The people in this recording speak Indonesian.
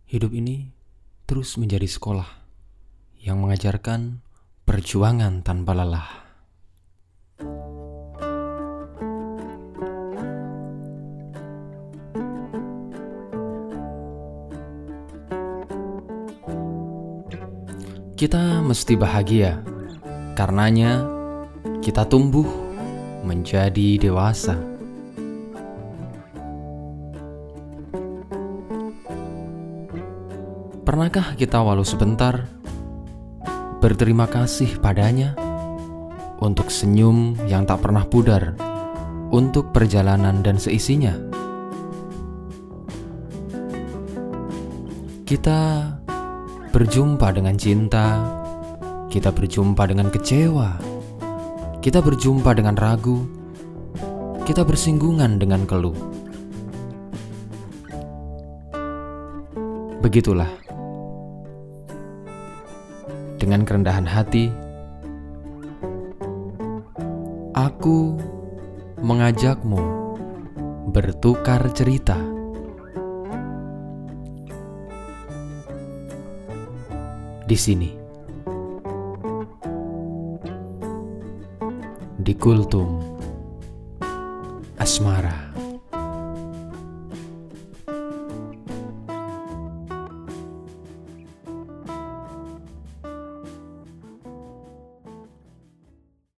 Hidup ini terus menjadi sekolah yang mengajarkan perjuangan tanpa lelah. Kita mesti bahagia, karenanya kita tumbuh menjadi dewasa. Pernahkah kita walau sebentar berterima kasih padanya untuk senyum yang tak pernah pudar, untuk perjalanan dan seisinya? Kita berjumpa dengan cinta, kita berjumpa dengan kecewa, kita berjumpa dengan ragu, kita bersinggungan dengan keluh. Begitulah, dengan kerendahan hati, aku mengajakmu bertukar cerita. Di sini, di Kultum Asmara.